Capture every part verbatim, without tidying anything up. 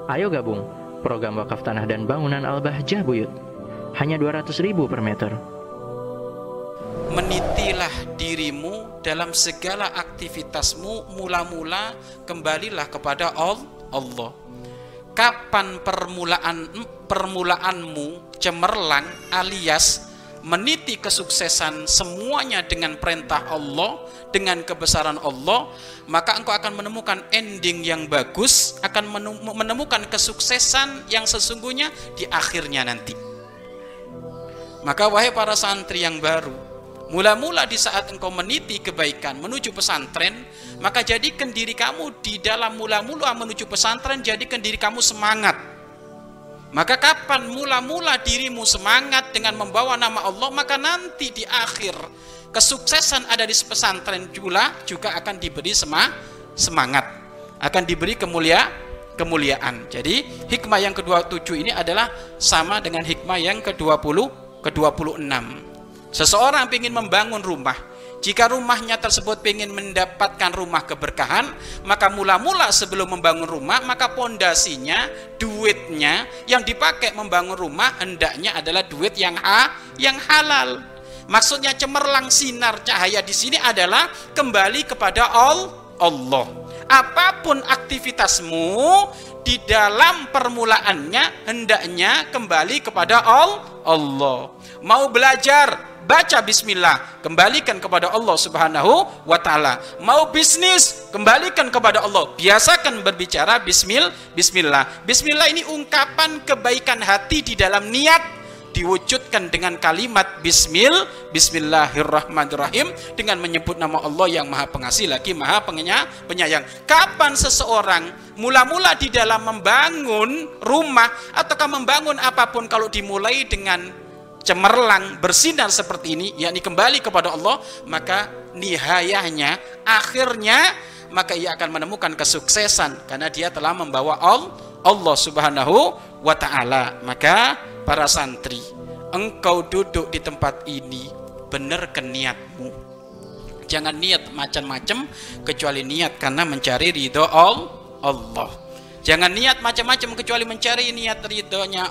Ayo gabung program wakaf tanah dan bangunan Al-Bahjah Buyut. Hanya dua ratus ribu per meter. Menitilah dirimu dalam segala aktivitasmu, mula-mula kembalilah kepada Allah. Kapan permulaan permulaanmu cemerlang alias meniti kesuksesan semuanya dengan perintah Allah, dengan kebesaran Allah, maka engkau akan menemukan ending yang bagus, akan menemukan kesuksesan yang sesungguhnya di akhirnya nanti. Maka wahai para santri yang baru, mula-mula di saat engkau meniti kebaikan menuju pesantren, maka jadikan diri kamu di dalam mula-mula menuju pesantren, jadikan diri kamu semangat. Maka kapan mula-mula dirimu semangat dengan membawa nama Allah, maka nanti di akhir kesuksesan ada di pesantren juga juga akan diberi semangat, akan diberi kemulia kemuliaan. Jadi hikmah yang kedua puluh tujuh ini adalah sama dengan hikmah yang kedua puluh ke dua puluh enam. Seseorang ingin membangun rumah, jika rumahnya tersebut ingin mendapatkan rumah keberkahan, maka mula-mula sebelum membangun rumah, maka pondasinya, duitnya yang dipakai membangun rumah hendaknya adalah duit yang ha, yang halal. Maksudnya cemerlang sinar cahaya di sini adalah kembali kepada Allah. Apapun aktivitasmu di dalam permulaannya hendaknya kembali kepada Allah. Mau belajar, baca bismillah, kembalikan kepada Allah Subhanahu wa taala. Mau bisnis, kembalikan kepada Allah. Biasakan berbicara bismil bismillah. Bismillah ini ungkapan kebaikan hati di dalam niat, diwujudkan dengan kalimat bismil bismillahirrahmanirrahim, dengan menyebut nama Allah yang Maha Pengasih lagi Maha Penyayang. Kapan seseorang mula-mula di dalam membangun rumah ataukah membangun apapun, kalau dimulai dengan cemerlang bersinar seperti ini, yakni kembali kepada Allah, maka nihayahnya, akhirnya, maka ia akan menemukan kesuksesan karena dia telah membawa Allah Subhanahu wa ta'ala. Maka para santri, engkau duduk di tempat ini, benarkan niatmu. Jangan niat macam-macam kecuali niat karena mencari ridho Allah. Jangan niat macam-macam kecuali mencari niat ridhonya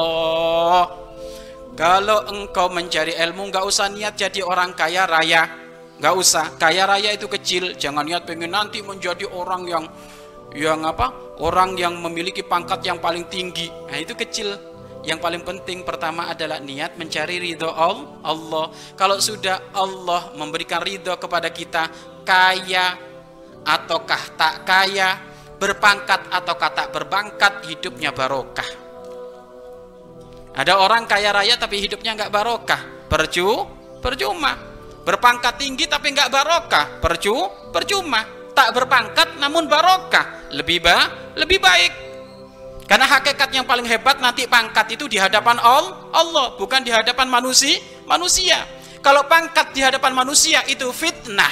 Allah. Kalau engkau mencari ilmu, nggak usah niat jadi orang kaya raya, nggak usah. Kaya raya itu kecil. Jangan niat pengen nanti menjadi orang yang yang apa? Orang yang memiliki pangkat yang paling tinggi. Nah, itu kecil. Yang paling penting pertama adalah niat mencari ridho Allah. Kalau sudah Allah memberikan ridho kepada kita, kaya ataukah tak kaya, berpangkat ataukah tak berpangkat, hidupnya barokah. Ada orang kaya raya tapi hidupnya nggak barokah, percu, percuma. Berpangkat tinggi tapi nggak barokah, percu, percuma. Tak berpangkat namun barokah, lebih ba, lebih baik. Karena hakikat yang paling hebat nanti pangkat itu di hadapan Allah, bukan di hadapan manusia. Manusia. Kalau pangkat di hadapan manusia itu fitnah.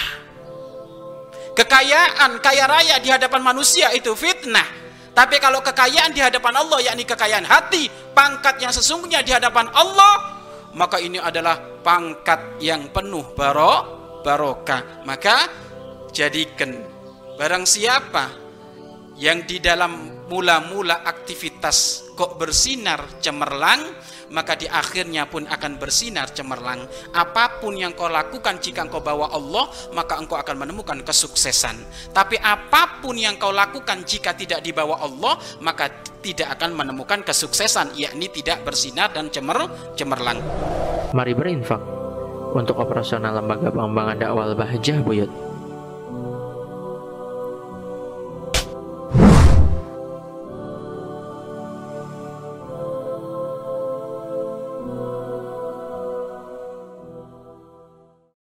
Kekayaan kaya raya di hadapan manusia itu fitnah. Tapi kalau kekayaan di hadapan Allah, yakni kekayaan hati, pangkat yang sesungguhnya di hadapan Allah, maka ini adalah pangkat yang penuh baro, barokah. Maka jadikan barang siapa yang di dalam mula-mula aktivitas kok bersinar cemerlang, maka di akhirnya pun akan bersinar cemerlang. Apapun yang kau lakukan jika engkau bawa Allah, maka engkau akan menemukan kesuksesan. Tapi apapun yang kau lakukan jika tidak dibawa Allah, maka tidak akan menemukan kesuksesan, yakni tidak bersinar dan cemer cemerlang. Mari berinfak untuk operasional lembaga pengembangan dakwah Al-Bahjah Buyut.